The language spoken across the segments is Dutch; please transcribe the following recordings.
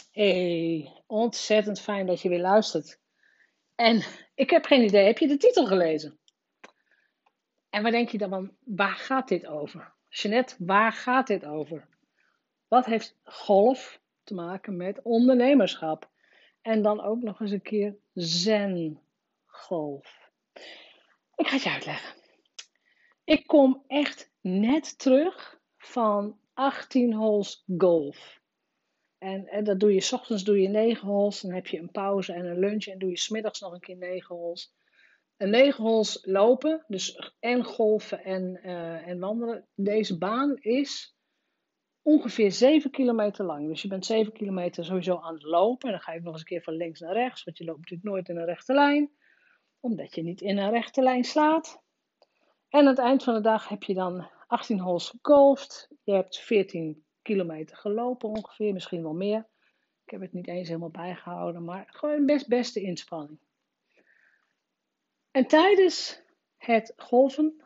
Hey, ontzettend fijn dat je weer luistert. En ik heb geen idee, heb je de titel gelezen? En waar denk je dan van, waar gaat dit over? Jeanette, waar gaat dit over? Wat heeft golf te maken met ondernemerschap? En dan ook nog eens een keer zen golf. Ik ga het je uitleggen. Ik kom echt net terug van 18 holes golf. En dat doe je, 's ochtends doe je 9 holes, dan heb je een pauze en een lunch en doe je 's middags nog een keer 9 holes. En 9 holes lopen, dus en golfen en wandelen. Deze baan is ongeveer 7 kilometer lang. Dus je bent 7 kilometer sowieso aan het lopen. En dan ga je nog eens een keer van links naar rechts, want je loopt natuurlijk nooit in een rechte lijn, omdat je niet in een rechte lijn slaat. En aan het eind van de dag heb je dan 18 holes gegolfd. Je hebt 14 kilometer gelopen ongeveer, misschien wel meer. Ik heb het niet eens helemaal bijgehouden, maar gewoon beste inspanning. En tijdens het golven,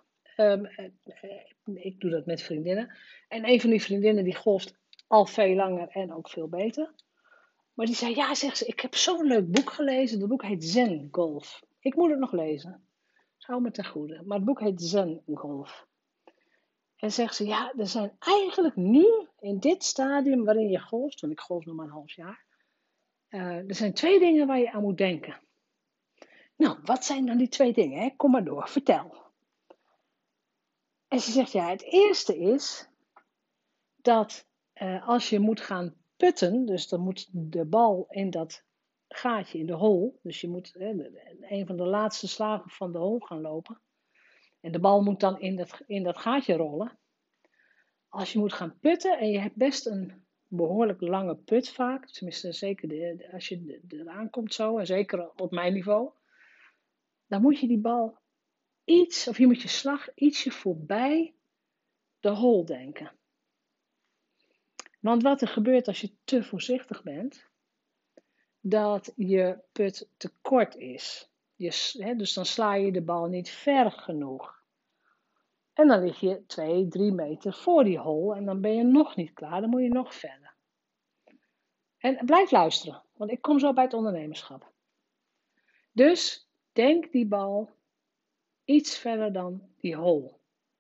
ik doe dat met vriendinnen. En een van die vriendinnen die golft al veel langer en ook veel beter. Maar die zei, ja, zegt ze, ik heb zo'n leuk boek gelezen. Dat boek heet Zen Golf. Ik moet het nog lezen. Hou me ten goede. Maar het boek heet Zen Golf. En zegt ze, ja, er zijn eigenlijk nu, in dit stadium waarin je golft, want ik golf nog maar een half jaar. Er zijn 2 dingen waar je aan moet denken. Nou, wat zijn dan die 2 dingen? Hè? Kom maar door, vertel. En ze zegt, ja, het eerste is dat als je moet gaan putten, dus dan moet de bal in dat gaatje in de hole, dus je moet een van de laatste slagen van de hole gaan lopen. En de bal moet dan in dat gaatje rollen. Als je moet gaan putten en je hebt best een behoorlijk lange put vaak, tenminste zeker als je eraan komt zo, en zeker op mijn niveau, dan moet je die bal of je moet je slag ietsje voorbij de hole denken. Want wat er gebeurt als je te voorzichtig bent, dat je put te kort is. Dus dan sla je de bal niet ver genoeg. En dan lig je 2, 3 meter voor die hole en dan ben je nog niet klaar, dan moet je nog verder. En blijf luisteren, want ik kom zo bij het ondernemerschap. Dus denk die bal iets verder dan die hole.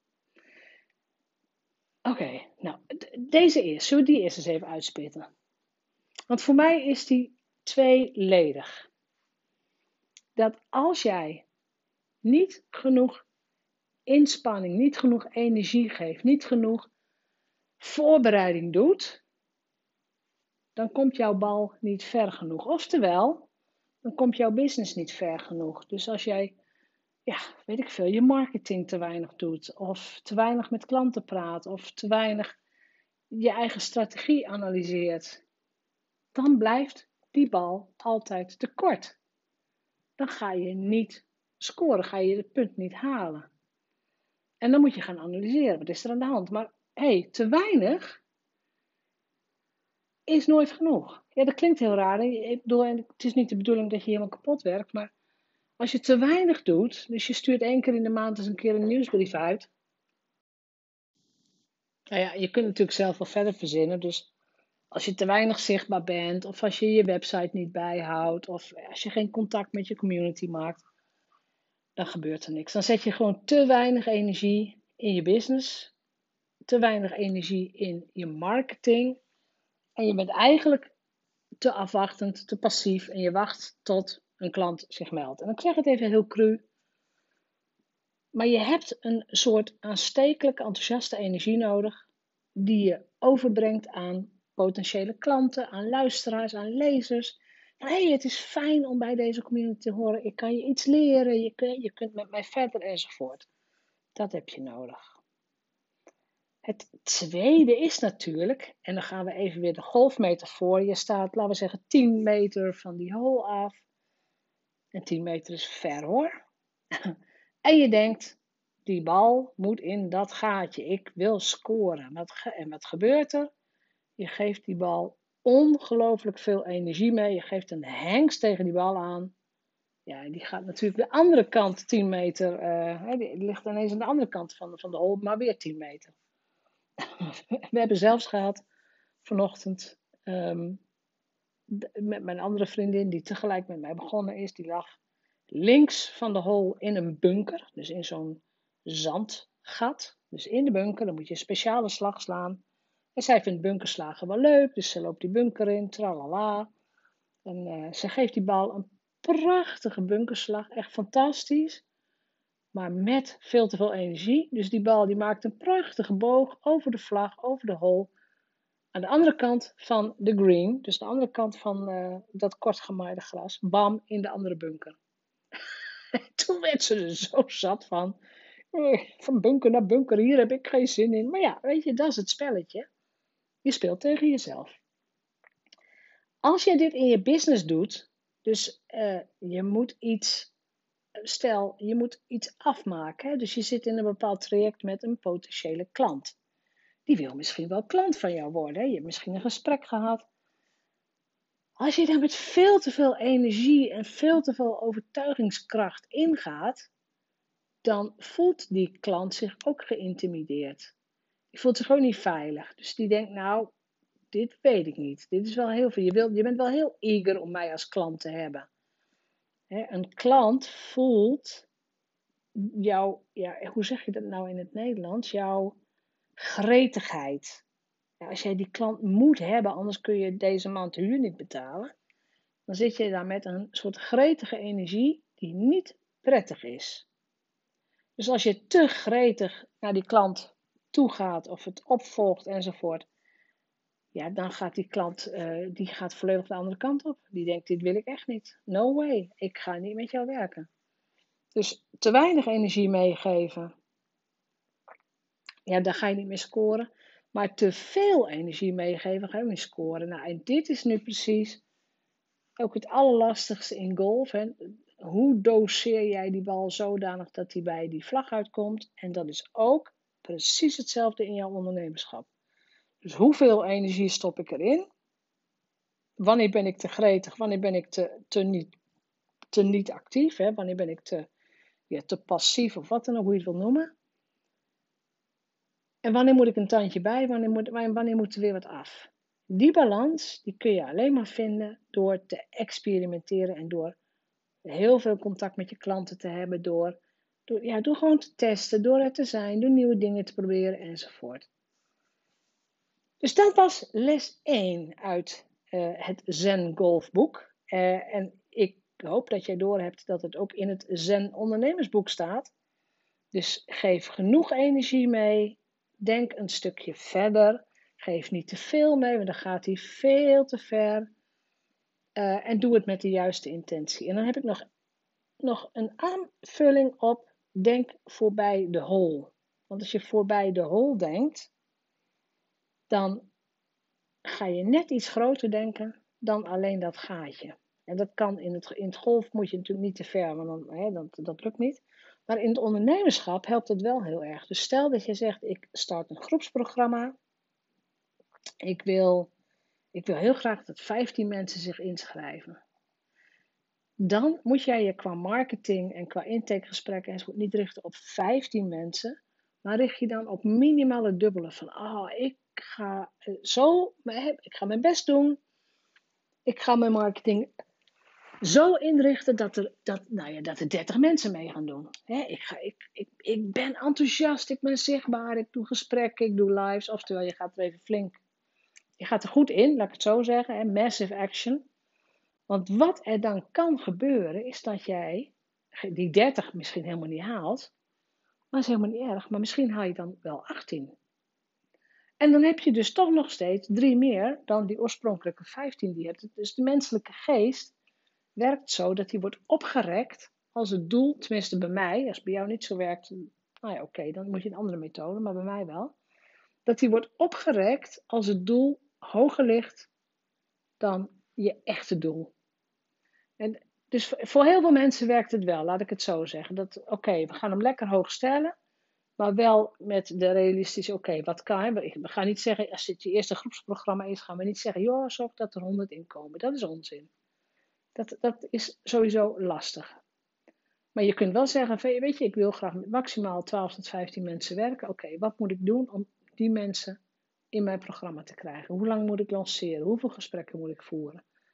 Oké, nou, zullen we die eerst eens even uitspitten? Want voor mij is die tweeledig. Dat als jij niet genoeg inspanning, niet genoeg energie geeft, niet genoeg voorbereiding doet, dan komt jouw bal niet ver genoeg. Oftewel, dan komt jouw business niet ver genoeg. Dus als jij, ja, weet ik veel, je marketing te weinig doet, of te weinig met klanten praat, of te weinig je eigen strategie analyseert, dan blijft die bal altijd te kort. Dan ga je niet scoren, ga je het punt niet halen. En dan moet je gaan analyseren, wat is er aan de hand? Maar te weinig is nooit genoeg. Ja, dat klinkt heel raar. Ik bedoel, het is niet de bedoeling dat je helemaal kapot werkt, maar als je te weinig doet, dus je stuurt 1 keer in de maand eens een keer een nieuwsbrief uit. Nou ja, je kunt natuurlijk zelf wel verder verzinnen, dus als je te weinig zichtbaar bent, of als je je website niet bijhoudt, of als je geen contact met je community maakt, dan gebeurt er niks. Dan zet je gewoon te weinig energie in je business, te weinig energie in je marketing. En je bent eigenlijk te afwachtend, te passief en je wacht tot een klant zich meldt. En ik zeg het even heel cru, maar je hebt een soort aanstekelijke, enthousiaste energie nodig die je overbrengt aan potentiële klanten, aan luisteraars, aan lezers. Van, het is fijn om bij deze community te horen, ik kan je iets leren, je kunt met mij verder enzovoort. Dat heb je nodig. Het tweede is natuurlijk, en dan gaan we even weer de golfmetafoor. Je staat, laten we zeggen, 10 meter van die hole af. En 10 meter is ver hoor. En je denkt, die bal moet in dat gaatje. Ik wil scoren. En wat gebeurt er? Je geeft die bal ongelooflijk veel energie mee. Je geeft een hengst tegen die bal aan. Ja, die gaat natuurlijk de andere kant 10 meter. Die ligt ineens aan de andere kant van de hole, maar weer 10 meter. We hebben zelfs gehad vanochtend met mijn andere vriendin, die tegelijk met mij begonnen is, die lag links van de hol in een bunker. Dus in zo'n zandgat. Dus in de bunker, dan moet je een speciale slag slaan. En zij vindt bunkerslagen wel leuk, dus ze loopt die bunker in, tralala. En ze geeft die bal een prachtige bunkerslag, echt fantastisch. Maar met veel te veel energie. Dus die bal die maakt een prachtige boog over de vlag, over de hol. Aan de andere kant van de green, dus de andere kant van dat kort gemaaide gras, bam, in de andere bunker. Toen werd ze er zo zat van. Van bunker naar bunker, hier heb ik geen zin in. Maar ja, weet je, dat is het spelletje. Je speelt tegen jezelf. Als jij dit in je business doet, dus je moet iets, stel, je moet iets afmaken. Hè? Dus je zit in een bepaald traject met een potentiële klant. Die wil misschien wel klant van jou worden. Hè? Je hebt misschien een gesprek gehad. Als je daar met veel te veel energie en veel te veel overtuigingskracht ingaat, dan voelt die klant zich ook geïntimideerd. Die voelt zich ook niet veilig. Dus die denkt, nou, dit weet ik niet. Dit is wel heel veel. Je bent wel heel eager om mij als klant te hebben. Een klant voelt jouw, ja, hoe zeg je dat nou in het Nederlands? Jouw gretigheid. Ja, als jij die klant moet hebben, anders kun je deze maand de huur niet betalen. Dan zit je daar met een soort gretige energie die niet prettig is. Dus als je te gretig naar die klant toe gaat of het opvolgt enzovoort, ja, dan gaat die klant die gaat volledig de andere kant op. Die denkt, dit wil ik echt niet. No way, ik ga niet met jou werken. Dus te weinig energie meegeven, ja, daar ga je niet mee scoren. Maar te veel energie meegeven, ga je ook niet scoren. Nou, en dit is nu precies ook het allerlastigste in golf. Hè. Hoe doseer jij die bal zodanig dat die bij die vlag uitkomt? En dat is ook precies hetzelfde in jouw ondernemerschap. Dus hoeveel energie stop ik erin? Wanneer ben ik te gretig? Wanneer ben ik te niet actief? Hè? Wanneer ben ik te passief of wat dan ook, hoe je het wil noemen? En wanneer moet ik een tandje bij? Wanneer moet er weer wat af? Die balans die kun je alleen maar vinden door te experimenteren en door heel veel contact met je klanten te hebben. Door gewoon te testen, door er te zijn, door nieuwe dingen te proberen enzovoort. Dus dat was les 1 uit het Zen Golfboek. En ik hoop dat jij doorhebt dat het ook in het Zen Ondernemersboek staat. Dus geef genoeg energie mee. Denk een stukje verder. Geef niet te veel mee, want dan gaat hij veel te ver. En doe het met de juiste intentie. En dan heb ik nog een aanvulling op. Denk voorbij de hole. Want als je voorbij de hole denkt, dan ga je net iets groter denken dan alleen dat gaatje. En dat kan in het golf moet je natuurlijk niet te ver, want dan, dat lukt niet. Maar in het ondernemerschap helpt het wel heel erg. Dus stel dat je zegt, ik start een groepsprogramma. Ik wil heel graag dat 15 mensen zich inschrijven. Dan moet jij je qua marketing en qua intakegesprekken enzovoort niet richten op 15 mensen. Maar richt je dan op minimaal het dubbele. Van, ik ga mijn best doen. Ik ga mijn marketing zo inrichten dat er 30 mensen mee gaan doen. Ik ben enthousiast, ik ben zichtbaar, ik doe gesprekken, ik doe lives. Oftewel, je gaat er even flink. Je gaat er goed in, laat ik het zo zeggen. Massive action. Want wat er dan kan gebeuren, is dat jij die 30 misschien helemaal niet haalt. Maar dat is helemaal niet erg. Maar misschien haal je dan wel 18. En dan heb je dus toch nog steeds 3 meer dan die oorspronkelijke 15 die je hebt. Dus de menselijke geest werkt zo dat die wordt opgerekt als het doel, tenminste bij mij, als het bij jou niet zo werkt, nou ja, oké, dan moet je een andere methode, maar bij mij wel. Dat die wordt opgerekt als het doel hoger ligt dan je echte doel. En dus voor heel veel mensen werkt het wel, laat ik het zo zeggen. Dat oké, we gaan hem lekker hoog stellen, maar wel met de realistische, wat kan. We gaan niet zeggen, als dit je eerste groepsprogramma is, gaan we niet zeggen, joh, zorg dat er 100 inkomen. Dat is onzin. Dat is sowieso lastig. Maar je kunt wel zeggen, weet je, ik wil graag met maximaal 12 tot 15 mensen werken. Oké, wat moet ik doen om die mensen in mijn programma te krijgen? Hoe lang moet ik lanceren? Hoeveel gesprekken moet ik voeren?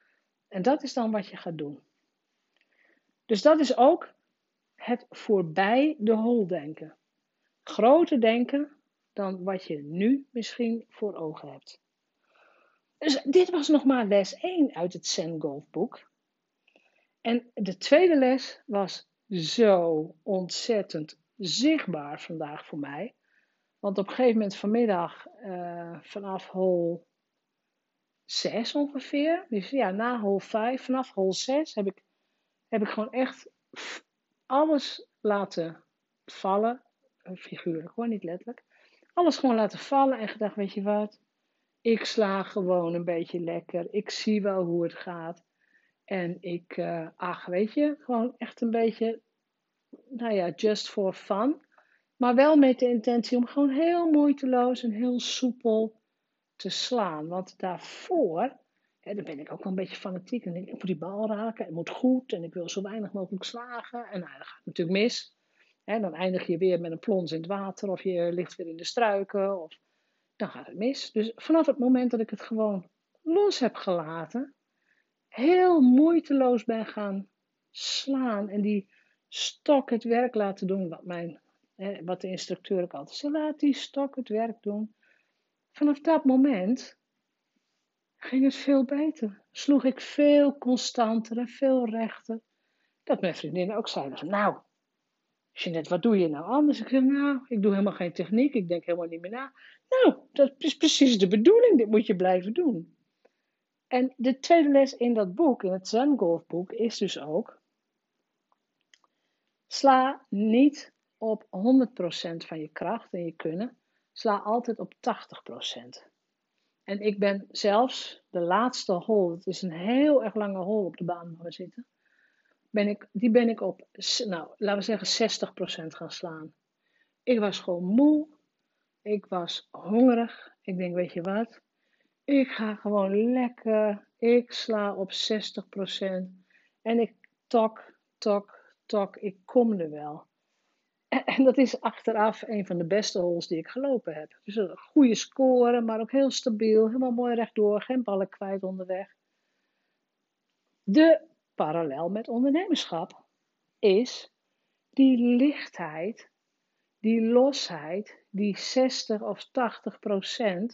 En dat is dan wat je gaat doen. Dus dat is ook het voorbij de hol denken. Groter denken dan wat je nu misschien voor ogen hebt. Dus dit was nog maar les 1 uit het Zen Golf boek. En de tweede les was zo ontzettend zichtbaar vandaag voor mij. Want op een gegeven moment vanmiddag, vanaf hol 6 ongeveer, dus ja, na hol 5, vanaf hol 6 heb ik gewoon echt alles laten vallen. Figuurlijk hoor, niet letterlijk. Alles gewoon laten vallen en gedacht, weet je wat, ik sla gewoon een beetje lekker. Ik zie wel hoe het gaat. En weet je, gewoon echt een beetje, nou ja, just for fun. Maar wel met de intentie om gewoon heel moeiteloos en heel soepel te slaan. Want daarvoor, dan ben ik ook wel een beetje fanatiek. En denk ik moet die bal raken, het moet goed en ik wil zo weinig mogelijk slagen. En nou, dat gaat natuurlijk mis. Dan eindig je weer met een plons in het water of je ligt weer in de struiken. Of dan gaat het mis. Dus vanaf het moment dat ik het gewoon los heb gelaten, heel moeiteloos ben gaan slaan en die stok het werk laten doen, wat de instructeur ook altijd zei, laat die stok het werk doen. Vanaf dat moment ging het veel beter. Sloeg ik veel constanter en veel rechter. Dat mijn vriendinnen ook zeiden van, nou, Jeanette, wat doe je nou anders? Ik zeg, nou, ik doe helemaal geen techniek, ik denk helemaal niet meer na. Nou, dat is precies de bedoeling, dit moet je blijven doen. En de tweede les in dat boek, in het Zen Golf boek, is dus ook, sla niet op 100% van je kracht en je kunnen, sla altijd op 80%. En ik ben zelfs de laatste hole, het is een heel erg lange hole op de baan waar we zitten, die ben ik op, nou, laten we zeggen 60% gaan slaan. Ik was gewoon moe, ik was hongerig, ik denk, weet je wat, ik ga gewoon lekker, ik sla op 60% en ik tok, ik kom er wel. En dat is achteraf een van de beste holes die ik gelopen heb. Dus een goede score, maar ook heel stabiel, helemaal mooi rechtdoor, geen ballen kwijt onderweg. De parallel met ondernemerschap is die lichtheid, die losheid, die 60 of 80%,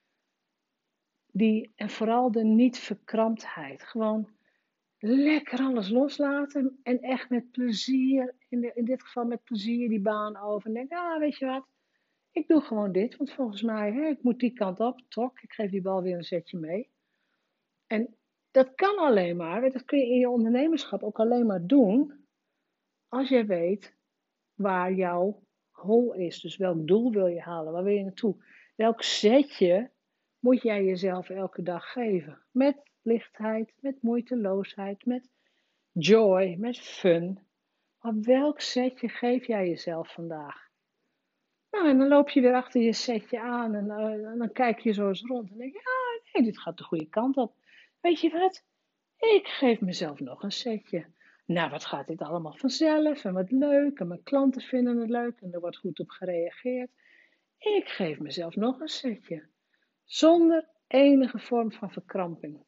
en vooral de niet-verkramptheid. Gewoon lekker alles loslaten en echt met plezier, in dit geval met plezier die baan over. En denk, weet je wat, ik doe gewoon dit, want volgens mij, ik moet die kant op, ik geef die bal weer een zetje mee. En dat kan alleen maar, dat kun je in je ondernemerschap ook alleen maar doen, als jij weet waar jouw hol is. Dus welk doel wil je halen, waar wil je naartoe? Welk zetje moet jij jezelf elke dag geven? Met lichtheid, met moeiteloosheid, met joy, met fun. Maar welk setje geef jij jezelf vandaag? Nou, en dan loop je weer achter je setje aan en dan kijk je zo eens rond en denk je, nee, dit gaat de goede kant op. Weet je wat? Ik geef mezelf nog een setje. Nou, wat gaat dit allemaal vanzelf en wat leuk en mijn klanten vinden het leuk en er wordt goed op gereageerd. Ik geef mezelf nog een setje. Zonder enige vorm van verkramping.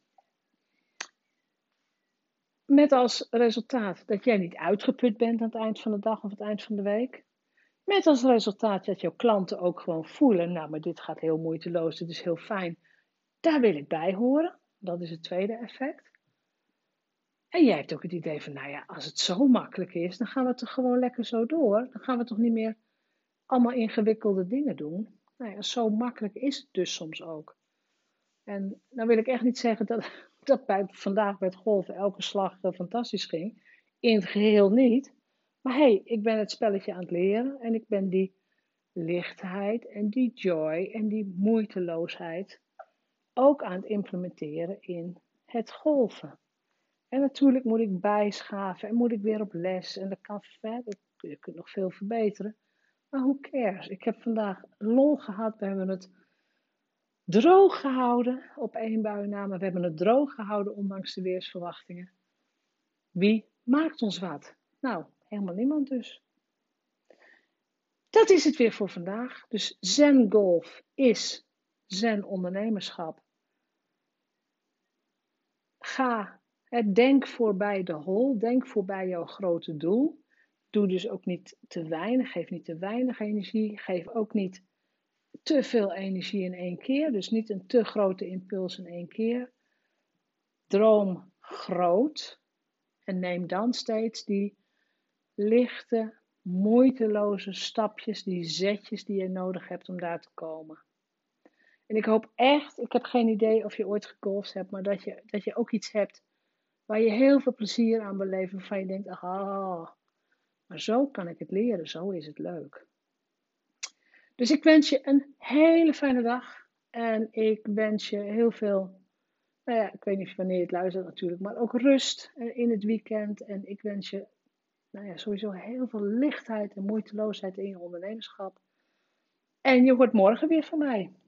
Met als resultaat dat jij niet uitgeput bent aan het eind van de dag of het eind van de week. Met als resultaat dat jouw klanten ook gewoon voelen, nou, maar dit gaat heel moeiteloos, dit is heel fijn. Daar wil ik bij horen. Dat is het tweede effect. En jij hebt ook het idee van, nou ja, als het zo makkelijk is, dan gaan we toch gewoon lekker zo door. Dan gaan we toch niet meer allemaal ingewikkelde dingen doen. Nou ja, zo makkelijk is het dus soms ook. En dan wil ik echt niet zeggen dat vandaag bij het golfen elke slag fantastisch ging. In het geheel niet. Maar ik ben het spelletje aan het leren en ik ben die lichtheid en die joy en die moeiteloosheid ook aan het implementeren in het golven. En natuurlijk moet ik bijschaven en moet ik weer op les en dat kan verder. Je kunt nog veel verbeteren. Maar who cares? Ik heb vandaag lol gehad. We hebben het droog gehouden op 1 bui na, maar we hebben het droog gehouden ondanks de weersverwachtingen. Wie maakt ons wat? Nou, helemaal niemand dus. Dat is het weer voor vandaag. Dus Zen Golf is Zen ondernemerschap. Ga Denk voorbij de hol, denk voorbij jouw grote doel. Doe dus ook niet te weinig, geef niet te weinig energie, geef ook niet te veel energie in één keer, dus niet een te grote impuls in één keer. Droom groot en neem dan steeds die lichte, moeiteloze stapjes, die zetjes die je nodig hebt om daar te komen. En ik hoop echt, ik heb geen idee of je ooit gegolfd hebt, maar dat je ook iets hebt waar je heel veel plezier aan beleeft, waarvan je denkt, maar zo kan ik het leren, zo is het leuk. Dus ik wens je een hele fijne dag en ik wens je heel veel, nou ja, ik weet niet wanneer je het luistert natuurlijk, maar ook rust in het weekend. En ik wens je, nou ja, sowieso heel veel lichtheid en moeiteloosheid in je ondernemerschap. En je hoort morgen weer van mij.